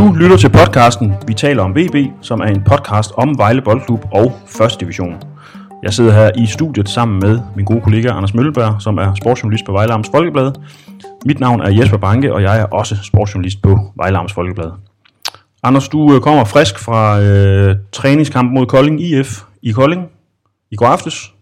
Du lytter til podcasten Vi taler om VB, som er en podcast om Vejle Boldklub og 1. division. Jeg sidder her i studiet sammen med min gode kollega Anders Mølleberg, som er sportsjournalist på Vejle Amts Folkeblad. Mit navn er Jesper Banke, og jeg er også sportsjournalist på Vejle Amts Folkeblad. Anders, du kommer frisk fra træningskamp mod Kolding IF i Kolding i går aftes.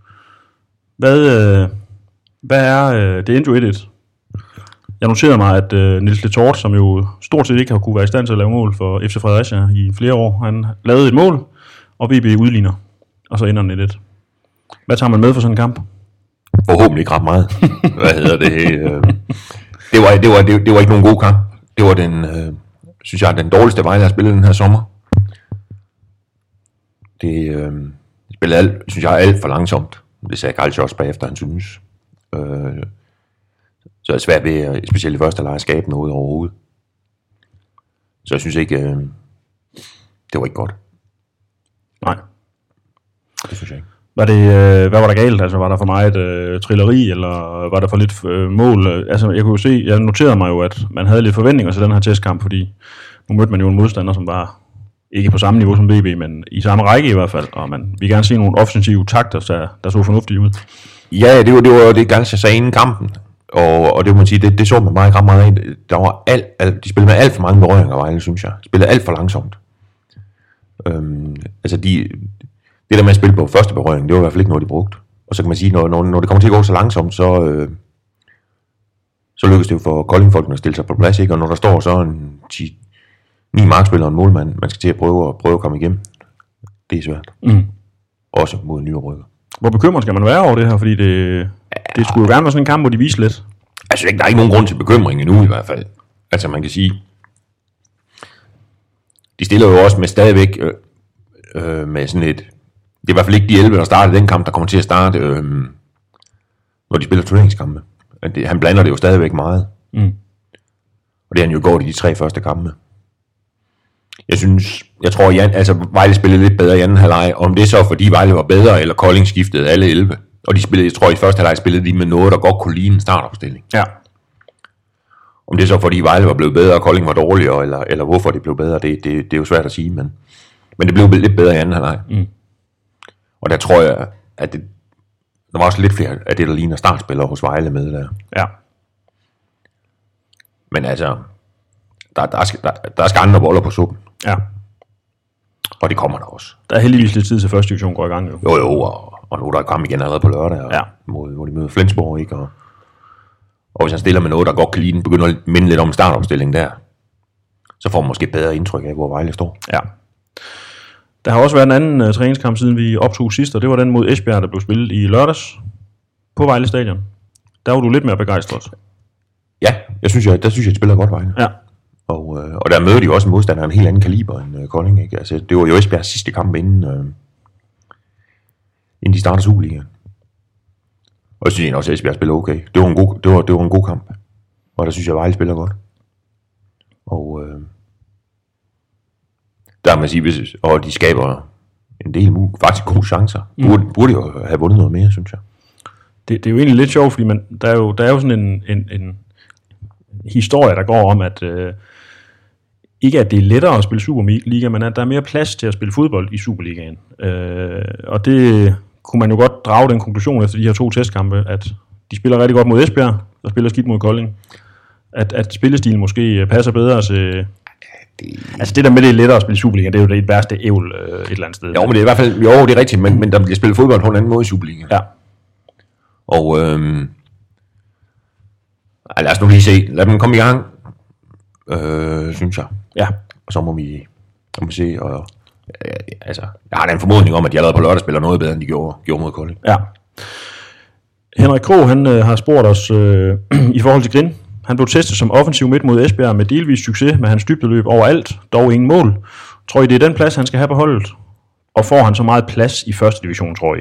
Hvad er det endte jo 1-1? Jeg noterede mig, at Niels Letort, som jo stort set ikke har kunne være i stand til at lave mål for FC Fredericia i flere år, han lavede et mål, og VB udligner, og så ender den 1-1. Hvad tager man med for sådan en kamp? Forhåbentlig ikke ret meget. Hvad hedder det? Det var ikke nogen god kamp. Det var synes jeg, den dårligste Vejle har spillet den her sommer. Det spillede alt for langsomt. Det sagde Galch også bagefter, han synes. Så er det svært ved, specielt i første leg, at skabe noget overhovedet. Så jeg synes ikke, det var ikke godt. Nej. Det synes jeg ikke. Hvad var der galt? Altså, var der for meget trilleri, eller var der for lidt mål? Altså, jeg noterede mig jo, at man havde lidt forventninger til den her testkamp, fordi nu mødte man jo en modstander, som var ikke på samme niveau som BB, men i samme række i hvert fald, og man vil gerne se nogle offensive takter, der så fornuftige ud. Ja, det var det Galch sagde inden kampen. Og det må man sige, det så man meget af. Der var de spillede med alt for mange berøringer, Vejle, synes jeg. De spillede alt for langsomt. Altså det der med at spille på første berøring, det var i hvert fald ikke noget, de brugte. Og så kan man sige, når det kommer til at gå så langsomt, så lykkes det jo for Kolding-folkene at stille sig på plads, ikke? Og når der står så en 9 markspillere og en målmand, man skal til at prøve at komme igennem. Det er svært. Også mod en ny rykker. Hvor bekymret skal man være over det her? Fordi det skulle jo gerne være sådan en kamp, hvor de viser lidt. Altså, der er ikke nogen grund til bekymring endnu i hvert fald. Altså, man kan sige, de stiller jo også med stadigvæk med sådan et, det er i hvert fald ikke de 11, der startede den kamp, der kommer til at starte, når de spiller turneringskampe. Han blander det jo stadigvæk meget. Og det har han jo gjort i de 3 første kampe. Jeg tror, Vejle spillede lidt bedre i anden halvleg. Om det så, fordi Vejle var bedre, eller Kolding skiftede alle 11. Og jeg tror, i første halvleg spillede de med noget, der godt kunne ligne en startopstilling. Ja. Om det så, fordi Vejle var blevet bedre, og Kolding var dårligere, eller hvorfor det blev bedre, det er jo svært at sige. Men det blev lidt bedre i anden halvleg. Og der tror jeg, at der var også lidt flere af det, der ligner startspillere hos Vejle med der. Ja. Men altså, der skal andre boller på suppen. Ja. Og det kommer der også. Der er heldigvis lidt tid til 1. division går i gang jo. Jo, og nu er der kamp igen allerede på lørdag, hvor de møder Flensborg, ikke? Og hvis han stiller med noget, der godt kan lide den, begynder at minde lidt om en startopstilling der, så får man måske bedre indtryk af, hvor Vejle står. Ja. Der har også været en anden træningskamp, siden vi optog sidst, og det var den mod Esbjerg, der blev spillet i lørdags på Vejle Stadion. Der var du lidt mere begejstret. Ja, der synes jeg, de spiller godt Vejle. Ja. Og der mødte de jo også en modstander af en helt anden kaliber end Kolding, ikke? Altså, det var jo Esbjergs sidste kamp inden de startede Superligaen. Og jeg synes også, at Esbjerg spiller okay. Det var en god kamp. Og der synes jeg, at Vejle spiller godt. Og der man sige, og de skaber en del faktisk gode chancer. Burde jo have vundet noget mere, synes jeg. Det er jo egentlig lidt sjovt, fordi der er jo sådan en historie, der går om, at ikke at det er lettere at spille Superliga, men at der er mere plads til at spille fodbold i Superligaen. Og det kunne man jo godt drage den konklusion efter de her 2 testkampe, at de spiller rigtig godt mod Esbjerg, og spiller skidt mod Kolding. At spillestilen måske passer bedre til... Altså det der med, det er lettere at spille Superliga, det er jo det værste ævl et eller andet sted. Jo, men det er i hvert fald, det er rigtigt, men der bliver spillet fodbold på en anden måde i Superliga. Ja. Og lad os nu lige se. Lad dem komme i gang, synes jeg. Ja. Og så må vi se. Og, jeg har da en formodning om, at de allerede på lørdag spiller noget bedre, end de gjorde mod Kolding. Ja. Henrik Krog, han har spurgt os i forhold til Grind. Han blev testet som offensiv midt mod Esbjerg med delvis succes med hans dybdeløb overalt, dog ingen mål. Tror I, det er den plads, han skal have på holdet? Og får han så meget plads i 1. division, tror I?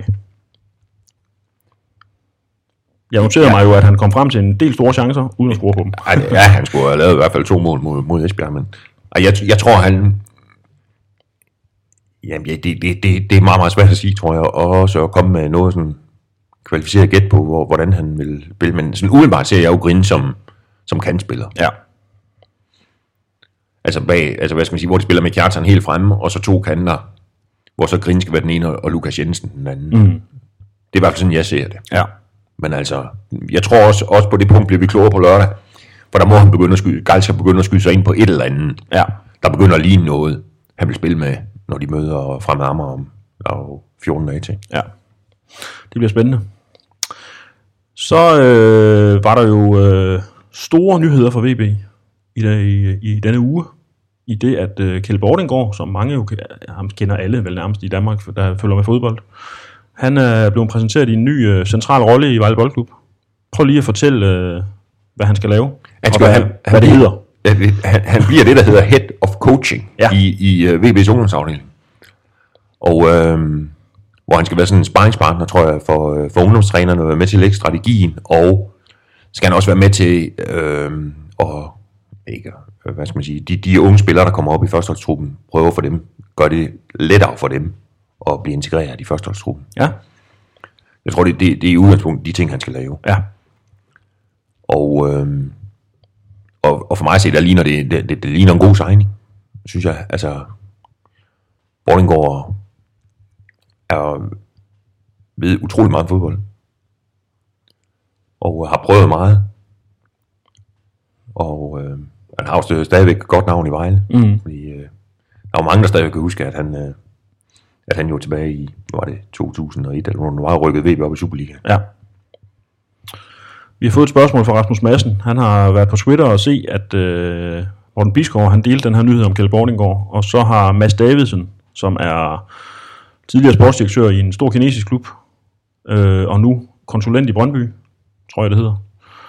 Jeg noterede mig jo, at han kom frem til en del store chancer, uden at score på dem. Ja, han skulle have lavet i hvert fald 2 mål mod Esbjerg, men jeg tror, han... Jamen, det er meget, meget svært at sige, tror jeg, og så at komme med noget sådan kvalificeret gæt på, hvordan han vil spille. Men sådan umiddelbart ser jeg jo Grind som kantspiller. Ja. Altså bag, altså hvad skal man sige, hvor de spiller med Kjartan helt fremme, og så 2 kanter, hvor så Grin skal være den ene, og Lukas Jensen den anden. Det er i hvert fald sådan, jeg ser det. Ja. Men altså, jeg tror også på det punkt bliver vi klogere på lørdag, for der må han begynde at skyde, Galska begynde at skyde sig ind på et eller andet, der begynder at ligne noget, han vil spille med, når de møder Fremad Amager om 14 dage til. Ja, det bliver spændende. Så var der jo store nyheder fra VB i denne uge, i det, at Kjeld Bordinggaard, som mange jo kender alle vel nærmest i Danmark, der følger med fodbold, han er blevet præsenteret i en ny central rolle i Vejle Boldklub. Prøv lige at fortælle, hvad han skal lave, hvad det hedder. Han bliver det, der hedder Head of Coaching i VB's ungdomsafdeling. Og hvor han skal være sådan en sparringspartner, tror jeg, for ungdomstrænerne, være med til at lægge strategien, og skal han også være med til hvad skal man sige, de unge spillere, der kommer op i førsteholdstruppen, prøver for dem, gør det lettere for dem at blive integreret i førsteholdstruppen. Ja. Jeg tror, det er i udgangspunktet de ting, han skal lave. Ja. Og for mig at se, der ligner det ligner en god signing, synes jeg. Altså, Bordinggaard ved utrolig meget fodbold, og har prøvet meget, og han har jo stadigvæk et godt navn i Vejle, fordi der er mange, der stadigvæk kan huske, at han jo tilbage i, var det 2001, eller når han var rykket VB op i Superliga. Ja. Vi har fået et spørgsmål fra Rasmus Madsen. Han har været på Twitter og se, at Morten Bisgaard, han delte den her nyhed om Kjeld Bordinggaard, og så har Mads Davidsen, som er tidligere sportsdirektør i en stor kinesisk klub, og nu konsulent i Brøndby, tror jeg det hedder.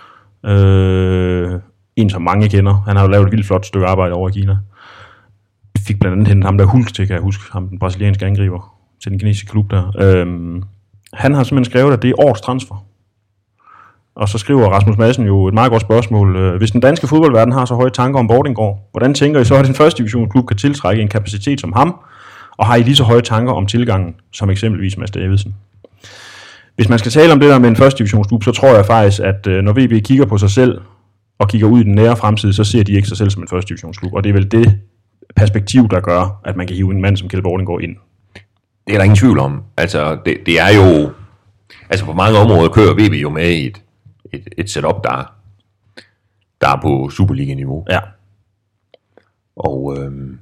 En som mange kender. Han har jo lavet et vildt flot stykke arbejde over i Kina. Fik blandt andet hentet ham der Hult til, kan jeg huske, ham den brasilianske angriber til den kinesiske klub der. Han har simpelthen skrevet, at det er årets transfer. Og så skriver Rasmus Madsen jo et meget godt spørgsmål. Hvis den danske fodboldverden har så høje tanker om Bordinggaard, hvordan tænker I så, at den første divisionsklub kan tiltrække en kapacitet som ham? Og har I lige så høje tanker om tilgangen, som eksempelvis Mads Davidsen? Hvis man skal tale om det der med en første divisionsklub, så tror jeg faktisk, at når VB kigger på sig selv, og kigger ud i den nære fremtid, så ser de ikke sig selv som en første divisionsklub. Og det er vel det perspektiv, der gør, at man kan hive en mand som Kjeld Bordinggaard ind. Det er der ingen tvivl om. Altså, det er jo... Altså, på mange områder kører VB jo med i et setup, der er på Superliga-niveau. Ja. Og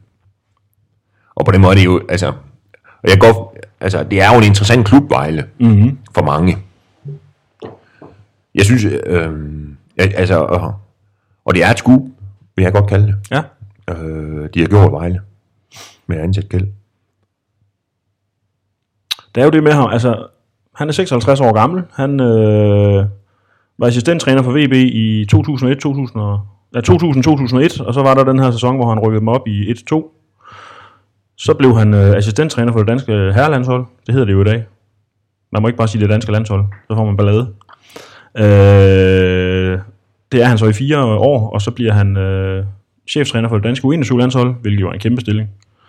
på den måde er det jo... Altså, det er jo en interessant klub, Vejle, for mange. Jeg synes... og det er et scoop, vil jeg godt kalde det. Ja. De har gjort Vejle med at ansætte Kjeld. Det er jo det med ham, altså han er 56 år gammel, han var assistenttræner for VB i 2000-2001, og så var der den her sæson, hvor han rykkede dem op i 1-2. Så blev han assistenttræner for det danske herrelandshold, det hedder det jo i dag. Man må ikke bare sige det danske landshold, så får man ballade. Det er han så i 4 år, og så bliver han cheftræner for det danske U21-landshold, hvilket jo er en kæmpe stilling.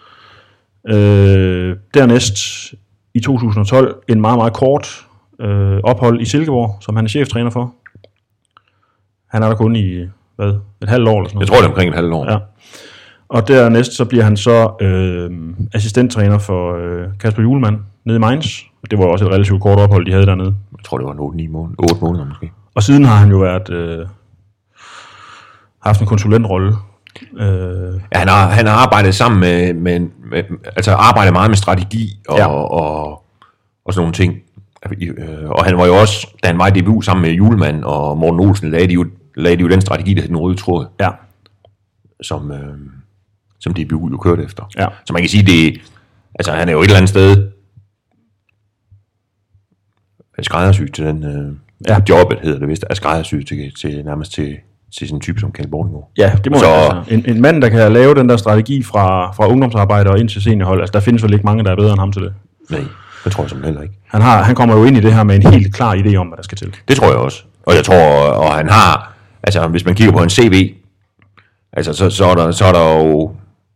Dernæst i 2012 en meget, meget kort ophold i Silkeborg, som han er cheftræner for. Han er der kun i, et halvt år eller sådan noget. Jeg tror, det er omkring et halvt år. Ja. Og dernæst så bliver han så assistenttræner for Kasper Hjulmand nede i Mainz. Det var også et relativt kort ophold, de havde dernede. Jeg tror, det var 8 måneder måske. Og siden har han jo været haft en konsulentrolle. Ja, han har arbejdet sammen med altså arbejdet meget med strategi og sådan nogle ting. Og han var jo også, da han var i DBU sammen med Hjulmand og Morten Olsen, lagde de jo den strategi, der hed den røde tråd. Ja. Som DBU jo kørte efter. Ja. Så man kan sige, det altså han er jo et eller andet sted skræddersyg til den jobbet, hedder det vist, er skræddersyg til nærmest til sådan en type som Kjeld Bordinggaard. Ja, det må man altså. En mand, der kan lave den der strategi fra ungdomsarbejder og ind til seniorhold, altså der findes vel ikke mange, der er bedre end ham til det. Nej, det tror jeg som heller ikke. Han kommer jo ind i det her med en helt klar idé om, hvad der skal til. Det tror jeg også. Og jeg tror, og han har, altså hvis man kigger på en CV, altså så er der jo,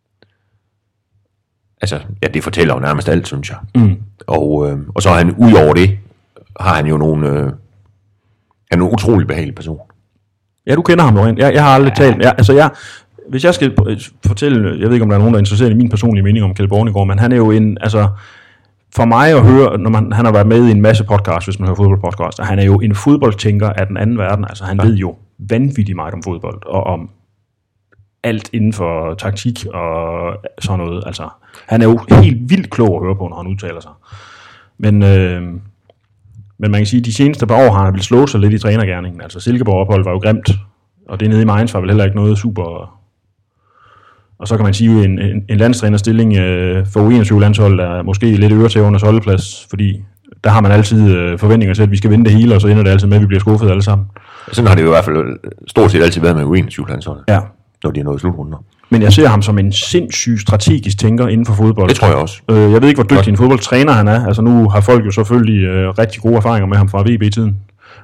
altså ja, det fortæller jo nærmest alt, synes jeg. Mm. Og så har han ud over det, har han jo han er en utrolig behagelig person. Ja, du kender ham, Lorent. Jeg har aldrig talt. hvis jeg skal fortælle, jeg ved ikke, om der er nogen, der er interesseret i min personlige mening om Kjeld Bornegaard, men han er jo for mig at høre, når han har været med i en masse podcast, hvis man hører fodboldpodcast, og han er jo en fodboldtænker af den anden verden, altså han ved jo vanvittigt meget om fodbold, og om alt inden for taktik og sådan noget, altså han er jo helt vildt klog at høre på, når han udtaler sig. Men man kan sige, at de seneste par år har han vel slået sig lidt i trænergerningen, altså Silkeborg-ophold var jo grimt, og det nede i Mainz var vel heller ikke noget super. Og så kan man sige, at en landstrænerstilling for U21-landshold er måske lidt øretævernes holdeplads, fordi der har man altid forventninger til, at vi skal vinde det hele, og så ender det altid med, at vi bliver skuffet alle sammen. Sådan har det jo i hvert fald stort set altid været med U21-landsholdet, når de er nået slutrunder. Men jeg ser ham som en sindssyg strategisk tænker inden for fodbold. Det tror jeg også. Jeg ved ikke, hvor dygtig en fodboldtræner han er. Altså nu har folk jo selvfølgelig rigtig gode erfaringer med ham fra VB-tiden.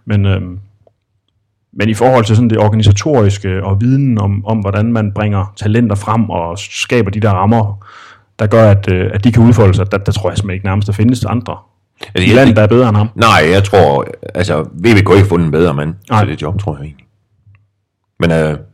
Men i forhold til sådan det organisatoriske og viden om hvordan man bringer talenter frem og skaber de der rammer, der gør, at de kan udfolde sig, der tror jeg simpelthen ikke nærmest, der findes andre i landet, der er bedre end ham. Nej, jeg tror, altså VB kunne ikke fundet en bedre mand til det job, tror jeg egentlig. Men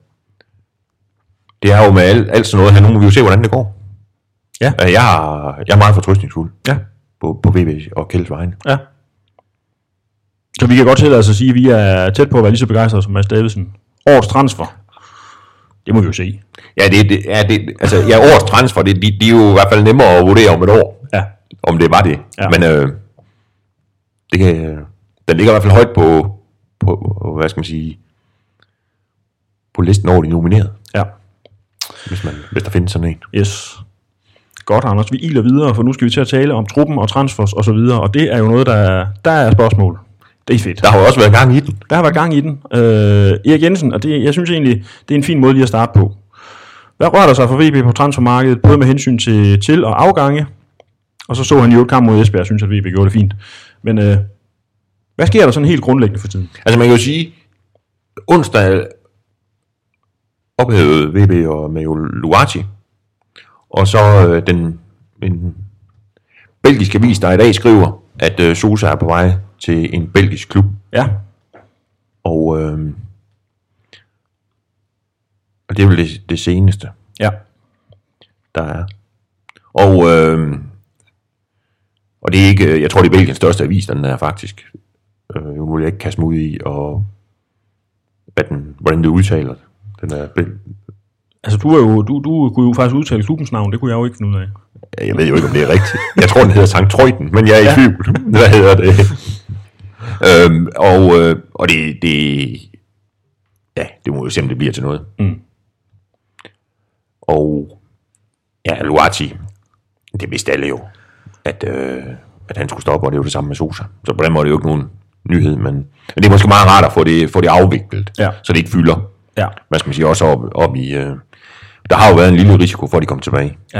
det er jo med alt sådan noget her, nu må vi jo se, hvordan det går. Ja. Jeg er meget fortrøstningsfuld på VB og Kjelds vegne. Ja. Så vi kan godt tillade os at sige, at vi er tæt på at være lige så begejstrede som Mads Davidsen. Årets transfer. Det må vi jo se. Ja, årets transfer, de er jo i hvert fald nemmere at vurdere om et år. Ja. Om det var det. Ja. Men den ligger i hvert fald højt på hvad skal man sige, på listen over de nominerede. Ja. Hvis der findes sådan en. Yes. Godt, Anders. Vi iler videre, for nu skal vi til at tale om truppen og transfers og så videre, og det er jo noget, der er spørgsmål. Det er fedt. Der har jo også været gang i den. Der har været gang i den. Erik Jensen, og jeg synes egentlig, det er en fin måde lige at starte på. Hvad rører der sig for VB på transfermarkedet, både med hensyn til og afgange? Og så han jo et kamp mod Esbjerg, synes at VB gjorde det fint. Men hvad sker der sådan helt grundlæggende for tiden? Altså man kan jo sige, onsdag ophævede VB og Mario Luati, og så en belgisk avis, der i dag skriver, at Sosa er på vej til en belgisk klub. Ja. Og det er vel det seneste, der er. Og det er ikke, jeg tror det er Belgiens største avis, den er faktisk. Nu vil jeg ikke kaste mig ud i, og hvordan det udtaler. Den er altså du kunne jo faktisk udtale klubbens navn, det kunne jeg jo ikke finde ud af. Jeg ved jo ikke, om det er rigtigt. Jeg tror, den hedder Sankt Treuten, men jeg er i tvivl. Hvad hedder det? Og det må jo se, om det bliver til noget. Mm. Og Luati, det vidste alle jo, at han skulle stoppe, og det er jo det samme med Sosa. Så på den måde er det jo ikke nogen nyhed, men det er måske meget rart at få det afviklet, så det ikke fylder. Ja. Hvad skal man sige, også op i. Der har jo været en lille risiko for, at de kommer tilbage. Ja.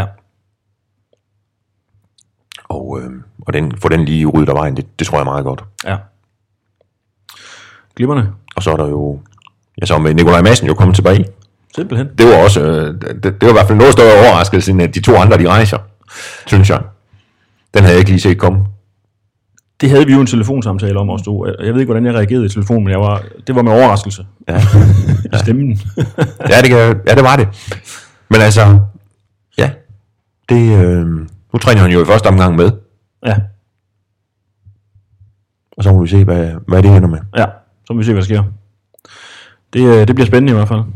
Og få den lige ryddet af vejen, det tror jeg er meget godt. Ja. Glimmerne. Og så er der jo, så med Nikolaj Madsen jo kommet tilbage. Simpelthen. Det var også, det var i hvert fald noget større overraskelse, end at de to andre, de rejser, synes jeg. Den havde jeg ikke lige set komme. Det havde vi jo en telefonsamtale om os to. Jeg ved ikke, hvordan jeg reagerede i telefonen, men det var med overraskelse. Ja. I stemmen. det var det. Men altså, nu træner han jo i første omgang med. Ja. Og så må vi se, hvad det ender med. Ja, så må vi se, hvad der sker. Det bliver spændende i hvert fald.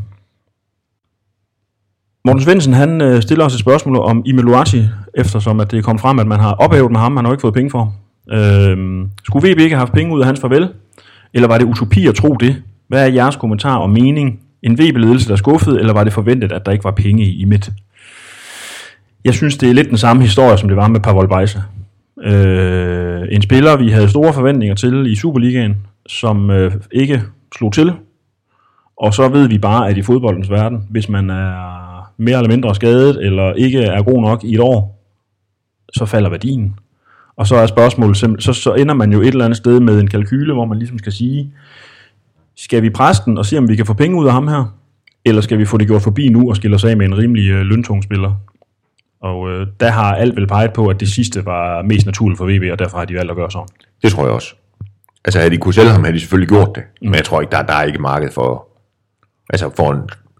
Morten Svendsen, han stiller os et spørgsmål om Emil Luati, eftersom at det er kommet frem, at man har ophævet med ham, man har jo ikke fået penge for ham. Skulle VB ikke have haft penge ud af hans farvel? Eller var det utopi at tro det? Hvad er jeres kommentar og mening? En VB-ledelse, der skuffede, eller var det forventet, at der ikke var penge i midt? Jeg synes, det er lidt den samme historie, som det var med Pavol Bajsa. En spiller, vi havde store forventninger til i Superligaen, som ikke slog til. Og så ved vi bare, at i fodboldens verden, hvis man er mere eller mindre skadet, eller ikke er god nok i et år, så falder værdien. Og så er spørgsmålet simpelthen, så ender man jo et eller andet sted med en kalkyle, hvor man ligesom skal sige, skal vi presse den og se, om vi kan få penge ud af ham her? Eller skal vi få det gjort forbi nu og skille os af med en rimelig løntung spiller? Og der har alt vel peget på, at det sidste var mest naturligt for VB, og derfor har de valgt at gøre sådan. Det tror jeg også. Altså havde de kunne sælge ham, havde de selvfølgelig gjort det. Men jeg tror ikke, der er ikke marked for, altså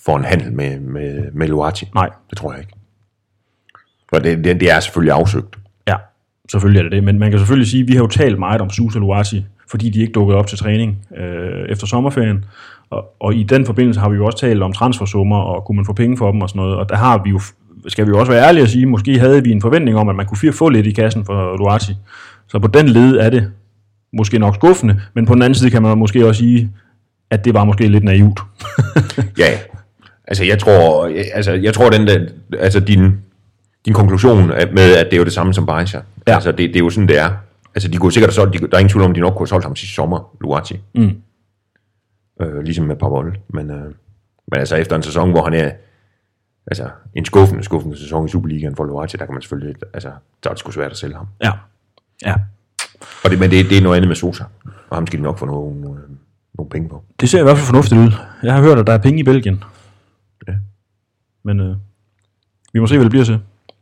for en handel med Luati. Nej. Det tror jeg ikke. Og det er selvfølgelig afsøgt. Ja, selvfølgelig er det det. Men man kan selvfølgelig sige, at vi har jo talt meget om Sousa Luati, fordi de ikke dukkede op til træning efter sommerferien. Og i den forbindelse har vi jo også talt om transfersummer, og kunne man få penge for dem og sådan noget. Og der har vi jo, skal vi jo også være ærlige at sige, måske havde vi en forventning om, at man kunne få lidt i kassen for Luati. Så på den led er det måske nok skuffende, men på den anden side kan man måske også sige, at det var måske lidt naivt. Ja, altså jeg tror den der, altså din konklusion med, at det er jo det samme som Berisha. Ja. Altså det er jo sådan, det er. Altså de kunne sikkert så, der er ingen tvivl om, de nok kunne have solgt ham sidste sommer, Luati. Ligesom med Pavol. Men altså efter en sæson, hvor han er altså en skuffende sæson i Superligaen for Luati, der kan man selvfølgelig, altså der er det sgu svært at sælge ham. Ja. Ja. Men det er noget andet med Sousa, og ham skal de nok få nogle penge på. Det ser i hvert fald fornuftigt ud. Jeg har hørt, at der er penge i Belgien. Ja. Men vi må se, hvad det bliver til.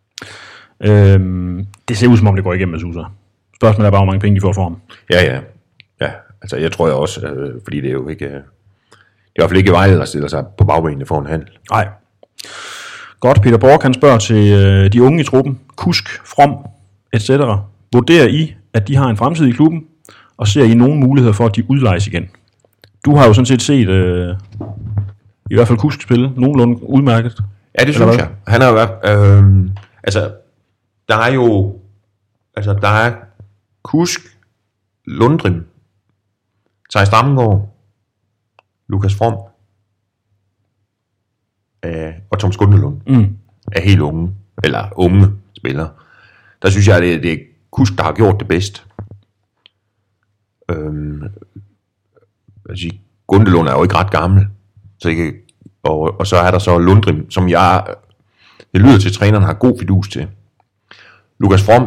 Det ser ud som om, det går igennem med Sousa. Spørgsmålet er bare, hvor mange penge de får for ham. Ja. Altså jeg tror også, fordi det er jo ikke, det er i hvert fald ikke Vejle, der stiller sig på bagbenene for en handel. Nej. Godt, Peter Borg kan spørge til de unge i truppen, Kusk, From, etc. Vurderer I, at de har en fremtid i klubben, og ser I nogen muligheder for, at de udlejes igen? Du har jo sådan set set, i hvert fald Kusk spille, nogenlunde udmærket. Ja, det synes jeg. Han har jo været, der er Kusk, Lundrim, Theis Damgaard, Lukas From og Tom Skundelund er helt unge spillere. Der synes jeg, det er Kusk, der har gjort det bedst. Gundelund er jo ikke ret gammel, så ikke, og så er der så Lundrim, som det lyder til, at træneren har god fidus til. Lukas From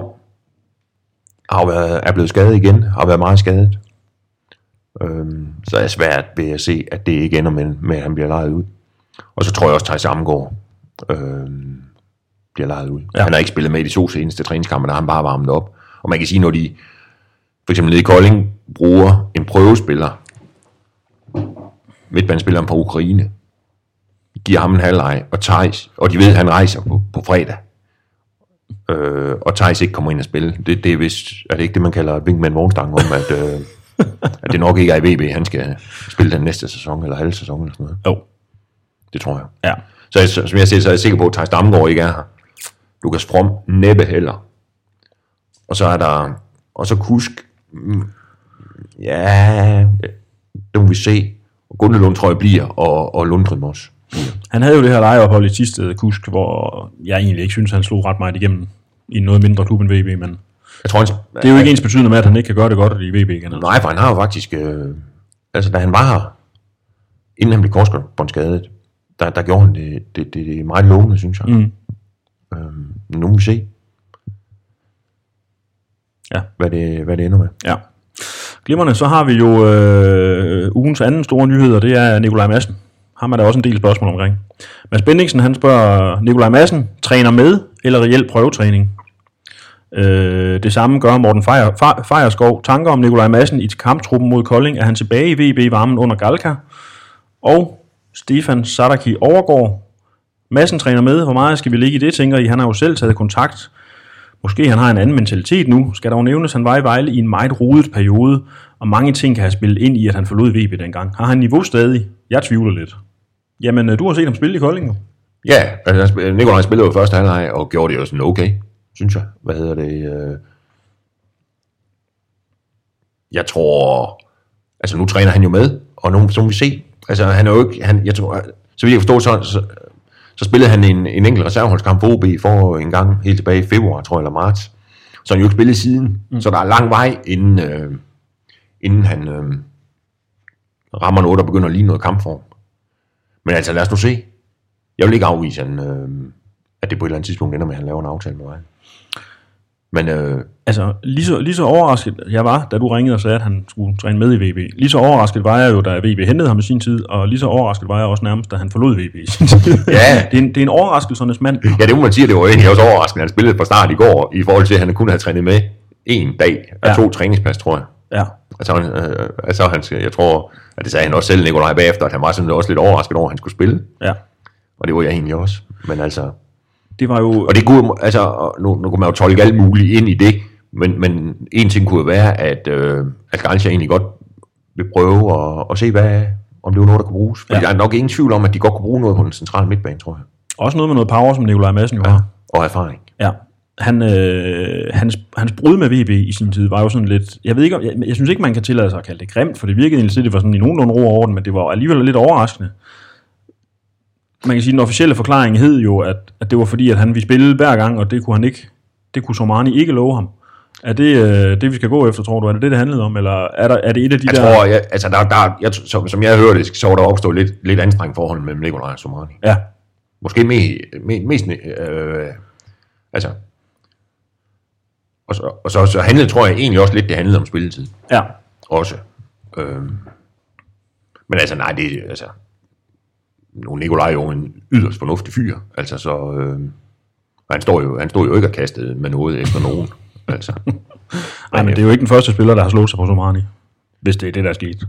er blevet skadet igen, har været meget skadet. Så er det svært ved at se, at det ikke ender med at han bliver lejet ud. Og så tror jeg også, at Theis Damgaard bliver lejet ud. Ja. Han har ikke spillet med i de 2 seneste træningskampe, der har han bare varmet op. Og man kan sige, når de for eksempel nede i Kolding bruger en prøvespiller, midtbanespilleren fra Ukraine, giver ham en halvleg, og Theis, og de ved, at han rejser på fredag, og Theis ikke kommer ind og spille. Det er vist, er det ikke det, man kalder et vink med en vognstang om, at det nok ikke er i VB, han skal spille den næste sæson, eller halv sæson, eller sådan noget. Jo. Det tror jeg. Ja. Så som jeg siger, så er jeg sikker på, at Theis Damgaard ikke er her. Lukas From næppe heller. Og så er der, og så Kusk, ja, det må vi se. Og Gundelund tror jeg bliver, og Lundgren også. Han havde jo det her lejeophold i sidste Kusk, hvor jeg egentlig ikke synes, han slog ret meget igennem i noget mindre klub end VB, men jeg tror, det er jo ikke ens betydende med, at han ikke kan gøre det godt i VB igen. Nej, for han har jo faktisk, altså da han var her, inden han blev korsbåndsskadet, der gjorde han det er meget lovende, synes jeg. Nu må vi se, hvad det ender med. Ja. Glimrende, så har vi jo ugens anden store nyhed, og det er Nikolaj Madsen. Ham er der også en del spørgsmål omkring. Mads Bendiksen, han spørger, Nikolaj Madsen træner med eller reelt prøvetræning? Det samme gør Morten Fejerskov. Tanker om Nikolaj Madsen i kamptruppen mod Kolding. Er han tilbage i VB-varmen under Galka? Og Stefan Sadaki Overgaard. Madsen træner med. Hvor meget skal vi ligge i det, tænker I? Han har jo selv taget kontakt. Måske han har en anden mentalitet nu. Skal der jo nævnes, han var i Vejle i en meget rodet periode, og mange ting kan have spillet ind i, at han forlod VB dengang. Har han niveau stadig? Jeg tvivler lidt. Jamen, du har set ham spille i Kolding, jo? Ja, altså, Nikolaj spillede jo første halvleg og gjorde det jo sådan okay, synes jeg. Jeg tror, altså nu træner han jo med, og nu som vi se, altså han er jo ikke, jeg tror, så vidt jeg forstår, så spillede han en enkelt reserveholdskamp for OB for en gang helt tilbage i februar, tror jeg, eller marts. Så han jo ikke spillet siden. Så der er lang vej, inden han rammer noget, der begynder at ligne noget kampform. Men altså, lad os nu se. Jeg vil ikke afvise, at det på et eller andet tidspunkt ender med, at han laver en aftale med mig. Men altså, lige så overrasket jeg var, da du ringede og sagde, at han skulle træne med i VB. Lige så overrasket var jeg jo, da VB hentede ham i sin tid, og lige så overrasket var jeg også nærmest, da han forlod VB i sin tid. Ja. det er en overraskelsernes mand. Ja, det må man sige, det var egentlig også overraskende, at han spillede fra start i går, i forhold til, at han kunne have trænet med en dag af 2 træningspas, tror jeg. Ja. Altså, jeg tror, at det sagde han også selv, Nikolaj, bagefter, at han var sådan også lidt overrasket over, at han skulle spille. Ja. Og det var jeg egentlig også. Men altså... Det var jo... Og det kunne, altså, nu kunne man jo tolke alt muligt ind i det, men en ting kunne være, at Garcia egentlig godt vil prøve at se, om det var noget, der kunne bruges. Fordi der er nok ingen tvivl om, at de godt kunne bruge noget på den centrale midtbane, tror jeg. Også noget med noget power, som Nikolaj Madsen jo har. Og erfaring. Ja. Hans brud med VB i sin tid var jo sådan lidt... Jeg synes ikke, man kan tillade sig at kalde det grimt, for det virkede egentlig, det var sådan i nogenlunde ro og orden, men det var alligevel lidt overraskende. Man kan sige, at den officielle forklaring hed jo, at det var fordi, at han ville spille hver gang, og det kunne han ikke. Det kunne Somani ikke love ham. Er det vi skal gå efter, tror du? Er det handlede om, eller er det et af de som jeg hørte det, så var der opstået lidt anstrengt forhold mellem Nikolaj og Somani. Ja. Måske mest altså. Og så handlede, tror jeg egentlig også lidt, det handlede om spilletid. Ja. Også. Men altså, nej, det altså... Nu Nikolaj er jo en yderst fornuftig fyr, altså så... han stod jo ikke og kastede med noget efter nogen, altså. Nej, men det er jo ikke den første spiller, der har slået sig på Somani, hvis det er det, der er sket.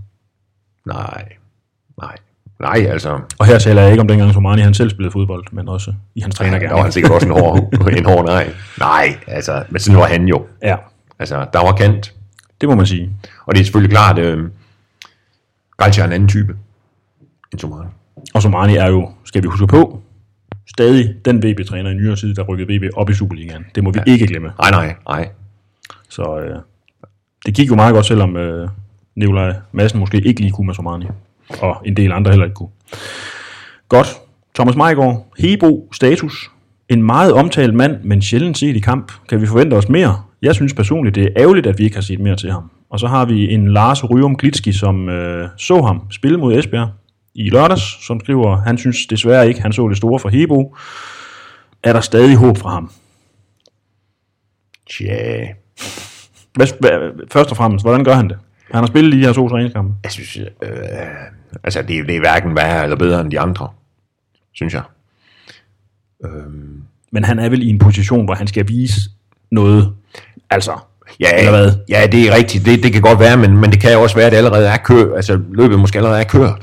Nej, altså... Og her taler jeg ikke om dengang Somani, han selv spillede fodbold, men også i hans trænergerning. Der var han sikkert også en hård nej. Nej, altså, men sådan var han jo. Ja. Altså, der var kant. Det må man sige. Og det er selvfølgelig klart, Garcia er en anden type end Somani. Og Somani er jo, skal vi huske på, stadig den VB-træner i nyere tid, der rykkede VB op i Superligaen. Det må vi ikke glemme. Nej. Så det gik jo meget godt, selvom Nikolaj Madsen måske ikke lige kunne med Somani. Og en del andre heller ikke kunne. Godt. Thomas Meiggaard, Hebo, status. En meget omtalt mand, men sjældent set i kamp. Kan vi forvente os mere? Jeg synes personligt, det er ærgerligt, at vi ikke har set mere til ham. Og så har vi en Lars Ryum Glitski, som så ham spille mod Esbjerg i lørdags, som skriver, han synes desværre ikke, han så det store for Hebo. Er der stadig håb fra ham? Tja. Først og fremmest, hvordan gør han det? Han har spillet de her 2 træningskampe. Jeg synes, altså det er hverken værre eller bedre end de andre, synes jeg. Men han er vel i en position, hvor han skal vise noget, altså, eller hvad? Ja, det er rigtigt, det kan godt være, men det kan også være, at det allerede er kørt, altså løbet måske allerede er kørt.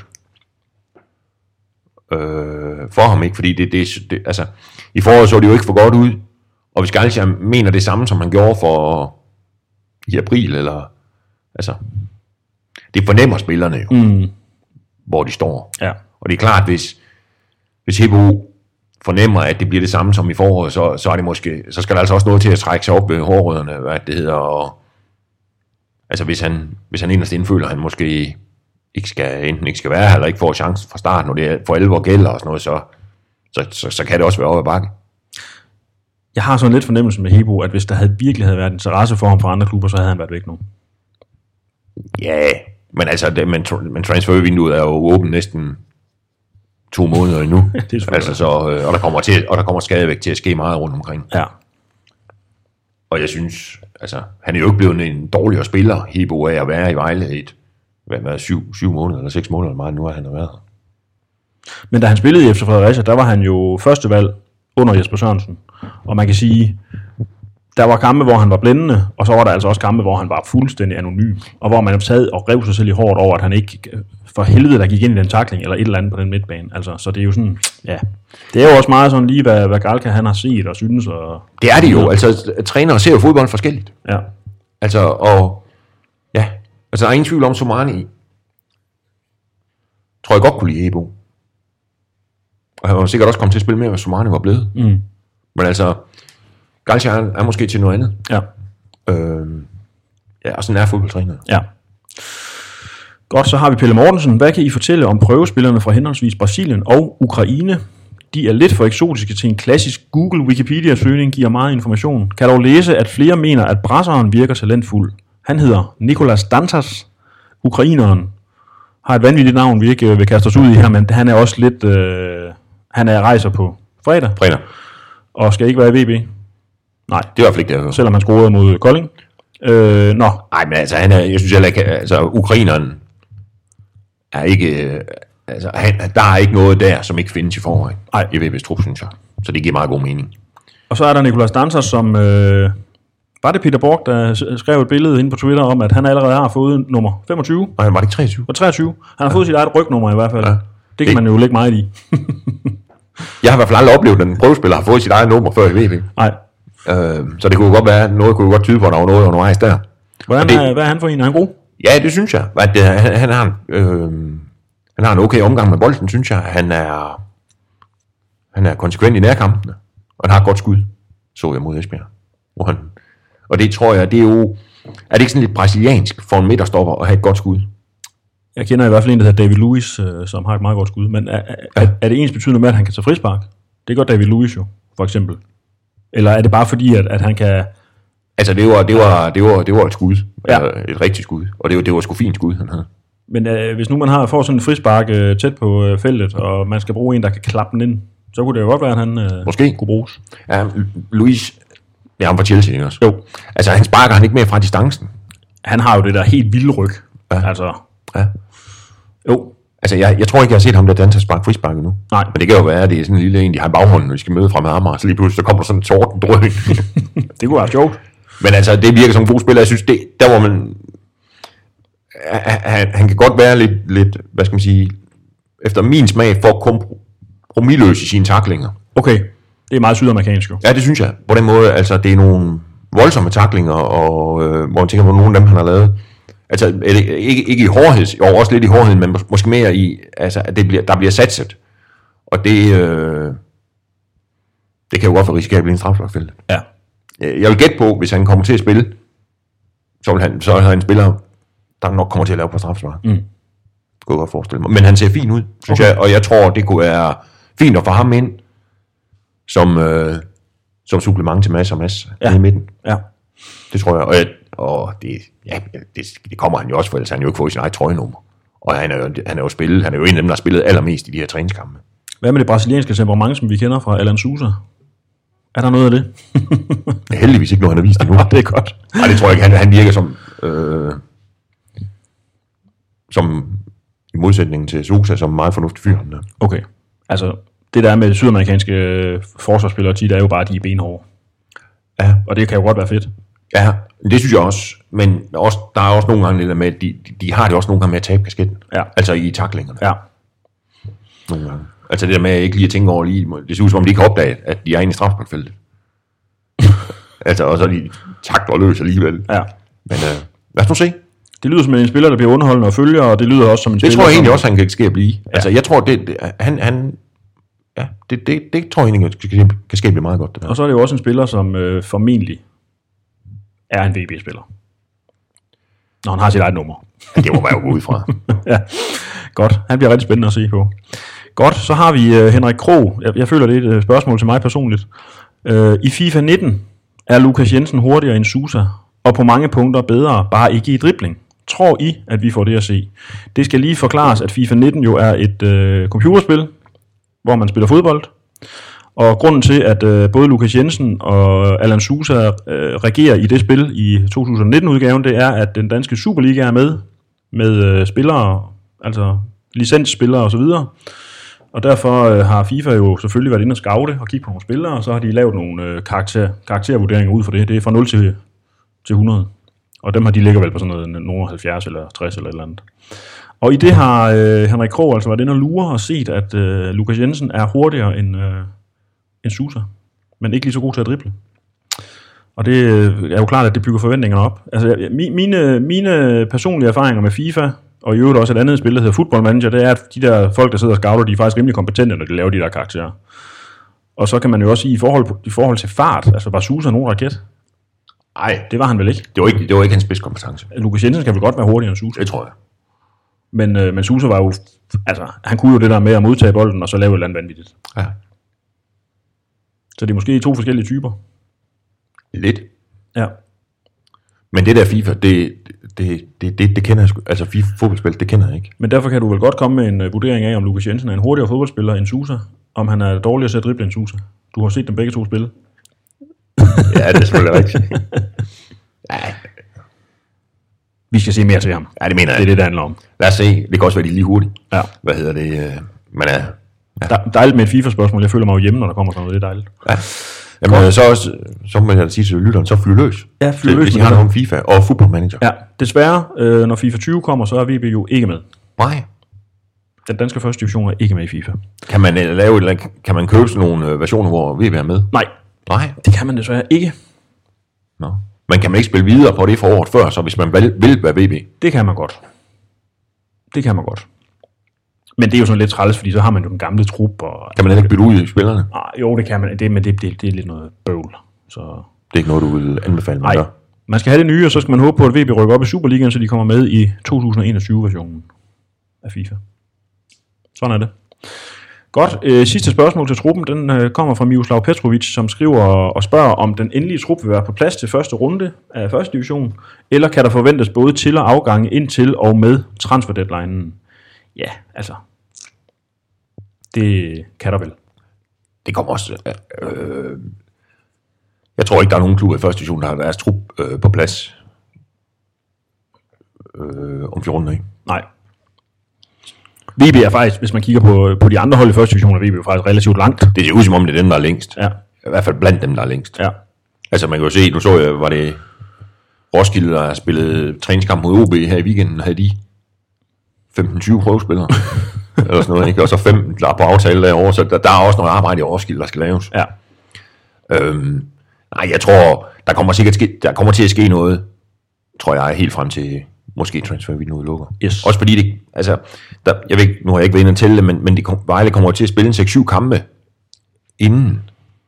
For ham, ikke? Fordi det altså, i foråret så det jo ikke for godt ud, og hvis Garcia mener det samme, som han gjorde for i april, eller altså, det fornemmer spillerne jo, hvor de står. Ja. Og det er klart, hvis Hebo fornemmer, at det bliver det samme som i foråret, så er det måske, så skal der altså også noget til at trække sig op ved hårrødderne, hvad det hedder, og altså hvis han inderst inden føler, at han måske enten ikke skal være her, eller ikke får chancen fra starten, når det for alvor gælder og sådan noget, så kan det også være op ad bakke. Jeg har sådan lidt fornemmelse med Hebo, at hvis der virkelig havde været interesse for ham fra andre klubber, så havde han været væk nu. Ja, men altså, men transfervinduet er jo åbent næsten 2 måneder endnu. Altså, så, og der kommer stadigvæk til at ske meget rundt omkring. Ja. Og jeg synes, altså, han er jo ikke blevet en dårligere spiller, Hebo, af at være i Vejle i 7 måneder eller 6 måneder, eller meget nu har han været. Men da han spillede i FC Fredericia, der var han jo førstevalg under Jesper Sørensen. Og man kan sige, der var kampe, hvor han var blændende, og så var der altså også kampe, hvor han var fuldstændig anonym, og hvor man sad og rev sig selv i hårdt over, at han ikke for helvede, der gik ind i den tackling, eller et eller andet på den midtbane. Altså, så det er jo sådan, ja. Det er jo også meget sådan lige, hvad Galka han har set og synes. Og det er det jo. Altså, trænere ser jo fodbold forskelligt. Ja. Altså, og ja. Altså, der er ingen tvivl om Somani. Tror jeg godt kunne lide Hebo. Og han var sikkert også kommet til at spille mere, hvis Somani var blevet. Men altså, Galcia er måske til noget andet. Ja. Ja, og sådan er fodboldtræner. Ja. Godt, så har vi Pelle Mortensen. Hvad kan I fortælle om prøvespillerne fra henholdsvis Brasilien og Ukraine? De er lidt for eksotiske til en klassisk Google Wikipedia-søgning, giver meget information. Kan dog læse, at flere mener, at brasseren virker talentfuld. Han hedder Nicolas Dantas. Ukraineren har et vanvittigt navn, vi ikke vil kaste os ud i her, men han er også lidt... han er rejser på fredag. Og skal ikke være i VB. Nej. Det er i hvert fald ikke det, jeg hører. Selvom han scorede mod Kolding. Nej, men altså, jeg synes heller ikke, altså, ukraineren er ikke, altså, der er ikke noget der, som ikke findes i forvejen. I VB's trup, synes jeg. Så det giver meget god mening. Og så er der Nicolas Dantas, som, var det Peter Borg, der skrev et billede inde på Twitter om, at han allerede har fået nummer 25? Nej, var det ikke 23? Og 23. Han har fået sit eget rygnummer i hvert fald. Ja. Det kan man jo lægge meget i. Jeg har i hvert fald aldrig oplevet, at en prøvespiller har fået sit eget nummer før i VB. Nej. Så det kunne godt være, noget kunne godt tyde på, at der var noget undervejs der. Hvad er han for en? Er han god? Ja, det synes jeg. At, han har en okay omgang med bolden, synes jeg. Han er konsekvent i nærkampene, og han har et godt skud, så jeg mod Esbjerg. Og det tror jeg, det er jo... Er det ikke sådan lidt brasiliansk for en midterstopper at have et godt skud? Jeg kender i hvert fald en, der hedder David Luiz, som har et meget godt skud. Men er det ens betydende med, at han kan tage frispark? Det er godt David Luiz jo, for eksempel. Eller er det bare fordi, at han kan... Altså, det var et skud. Ja. Et rigtigt skud. Og det var sgu fint skud, han havde. Men hvis nu man får sådan en frispark tæt på feltet, og man skal bruge en, der kan klappe den ind, så kunne det jo godt være, at han måske kunne bruges. Ja, Luiz... Det er ham fra Chelsea, ikke også? Jo. Altså, han sparker han ikke mere fra distancen. Han har jo det der helt vilde ryg. Ja. Altså... Ja. Jo. Altså, jeg tror ikke, jeg har set ham der danse spark frispark endnu. Nej. Men det kan jo være, at det er sådan en lille en, de har i baghånden, når de skal møde fra med Amager, så lige pludselig, så kommer der sådan en tordendrøg. Det kunne være sjovt. Men altså, det virker som en god spiller. Jeg synes, der hvor man... Han kan godt være lidt, hvad skal man sige, efter min smag, for kompromisløs i sine tacklinger. Okay. Det er meget sydamerikansk jo. Ja, det synes jeg. På den måde, altså, det er nogle voldsomme tacklinger, og hvor man tænker på nogle af dem, han har lavet. Altså, ikke i hårdhed, jo også lidt i hårdhed, men måske mere i, altså, at der bliver satset. Og det kan jo godt være risikabelt i en strafsparksfelt. Ja. Jeg vil gætte på, hvis han kommer til at spille, så er han en spiller, der nok kommer til at lave på strafspark. Mm. Det kunne jeg godt forestille mig. Men han ser fin ud, synes jeg, og jeg tror, det kunne være fint at få ham ind, som supplement til Mads og Mads i midten. Ja. Det tror jeg. Og det kommer han jo også, for ellers han jo ikke fået sin eget trøjenummer. Og han er jo en af dem, der har spillet allermest i de her træningskampe. Hvad med det brasilianske temperament, som vi kender fra Alan Sousa? Er der noget af det? Heldigvis ikke noget, han har vist endnu. Det er godt. Nej, det tror jeg ikke. Han virker som i modsætning til Sousa, som meget fornuftig fyr. Okay. Altså, det der med sydamerikanske forsvarsspillere, de er jo bare, de er benhårde. Ja. Og det kan jo godt være fedt. Ja, det synes jeg også. Men også, der er også nogle gange det der med, at de har det også nogle gange med at tabe kasketten. Ja. Altså i tacklingerne. Ja. Nogle gange. Altså det der med at ikke lige at tænke over lige, det ser ud som om de ikke har opdaget, at de er inde i strafsparkfeltet. Altså, og så er de takler løs alligevel. Ja. Men lad os nu se. Det lyder som en spiller, der bliver underholdende og følger, og det lyder også som en spiller... Det tror jeg egentlig også, han kan ske at blive. Ja. Altså, jeg tror, det tror jeg egentlig kan ske at blive meget godt. Det der. Og så er det jo også en spiller, som formentlig er en VB-spiller. Når han har sit eget nummer. Det må man jo gå ud fra. Ja, godt. Han bliver rigtig spændende at se på. Godt, så har vi Henrik Krog. Jeg føler, det er et spørgsmål til mig personligt. I FIFA 19 er Lukas Jensen hurtigere end Sousa, og på mange punkter bedre, bare ikke i dribling. Tror I, at vi får det at se? Det skal lige forklares, at FIFA 19 jo er et computerspil, hvor man spiller fodbold. Og grunden til, at både Lukas Jensen og Alan Sousa regerer i det spil i 2019-udgaven, det er, at den danske Superliga er med spillere, altså licensspillere osv. Og derfor har FIFA jo selvfølgelig været inde og scoute og kigge på nogle spillere, og så har de lavet nogle karaktervurderinger ud for det. Det er fra 0 til 100. Og dem har de ligger vel på sådan noget 70 eller 60 eller et eller andet. Og i det har Henrik Krog altså været inde og lure og set, at Lukas Jensen er hurtigere end Sousa, men ikke lige så god til at drible. Og det er jo klart, at det bygger forventningerne op. Altså, mine personlige erfaringer med FIFA, og i øvrigt også et andet spil, der hedder Football Manager, det er, at de der folk, der sidder og scouter, de er faktisk rimelig kompetente, når de laver de der karakterer. Og så kan man jo også sige, i forhold til fart, altså var Sousa nogen raket? Nej, det var han vel ikke. Det var ikke hans spidskompetence. Lukas Jensen skal vel godt være hurtigere end Sousa? Det tror jeg. Men Sousa var jo, altså han kunne jo det der med at modtage bolden, og så lave et eller andet vanvittigt. Ja. Så det er måske 2 forskellige typer. Lidt. Ja. Men det der FIFA, det kender jeg sgu. Altså FIFA fodboldspil, det kender jeg ikke. Men derfor kan du vel godt komme med en vurdering af, om Lukas Jensen er en hurtigere fodboldspiller end Sousa, om han er dårligere til at drible end Sousa. Du har set dem begge to spille. Ja, det er selvfølgelig rigtigt. Nej. Vi skal se mere til ham. Ja, det mener jeg. Det er det, der handler om. Lad os se. Det kan også være, de lige hurtigt. Ja. Hvad hedder det? Men ja. Dejligt med et FIFA-spørgsmål. Jeg føler mig jo hjemme, når der kommer sådan noget. Det er dejligt. Ja. Jamen, så må jeg sige til lytteren, så fyr løs. Ja, fyr løs. Hvis I har noget om FIFA og Football Manager. Ja, desværre, når FIFA 20 kommer, så er VB jo ikke med. Nej. Den danske første division er ikke med i FIFA. Kan man købe sådan nogle versioner, hvor VB er med? Nej, det kan man desværre ikke. Nå. Men kan man ikke spille videre på det for året før, så hvis man vil være VB? Det kan man godt. Men det er jo sådan lidt træls, fordi så har man jo den gamle trup. Og kan man ikke bytte ud i spillerne? Jo, det kan man. Men det er lidt noget bøvl. Så det er ikke noget, du vil anbefale mig? Nej, man skal have det nye, og så skal man håbe på, at VB rykker op i Superligaen, så de kommer med i 2021-versionen af FIFA. Sådan er det. Godt. Sidste spørgsmål til truppen, den kommer fra Miroslav Petrovic, som skriver og spørger, om den endelige trup vil være på plads til første runde af første division, eller kan der forventes både til- og afgange indtil og med transferdeadlinen? Ja, altså. Det kan der vel. Det kommer også... jeg tror ikke, der er nogen klub i første division, der har deres trup på plads om 14 dage. Nej. VB er faktisk, hvis man kigger på de andre hold i første division, er VB faktisk relativt langt. Det ser ud som om, det er dem, der er længst. Ja. I hvert fald blandt dem, der er længst. Ja. Altså man kan jo se, nu så jeg, var det Roskilde, der spillede træningskamp mod OB her i weekenden, havde de 15-20 prøvespillere. eller sådan noget, ikke? Og så 5, der er på aftale derovre, så der er også noget arbejde i Roskilde, der skal laves. Ja. Nej, jeg tror, der kommer til at ske noget, tror jeg, helt frem til måske transfervinduet lukker. Yes. Også fordi det, altså, nu har jeg ikke været inde og tælle det, men Vejle kommer til at spille en 6-7 kampe inden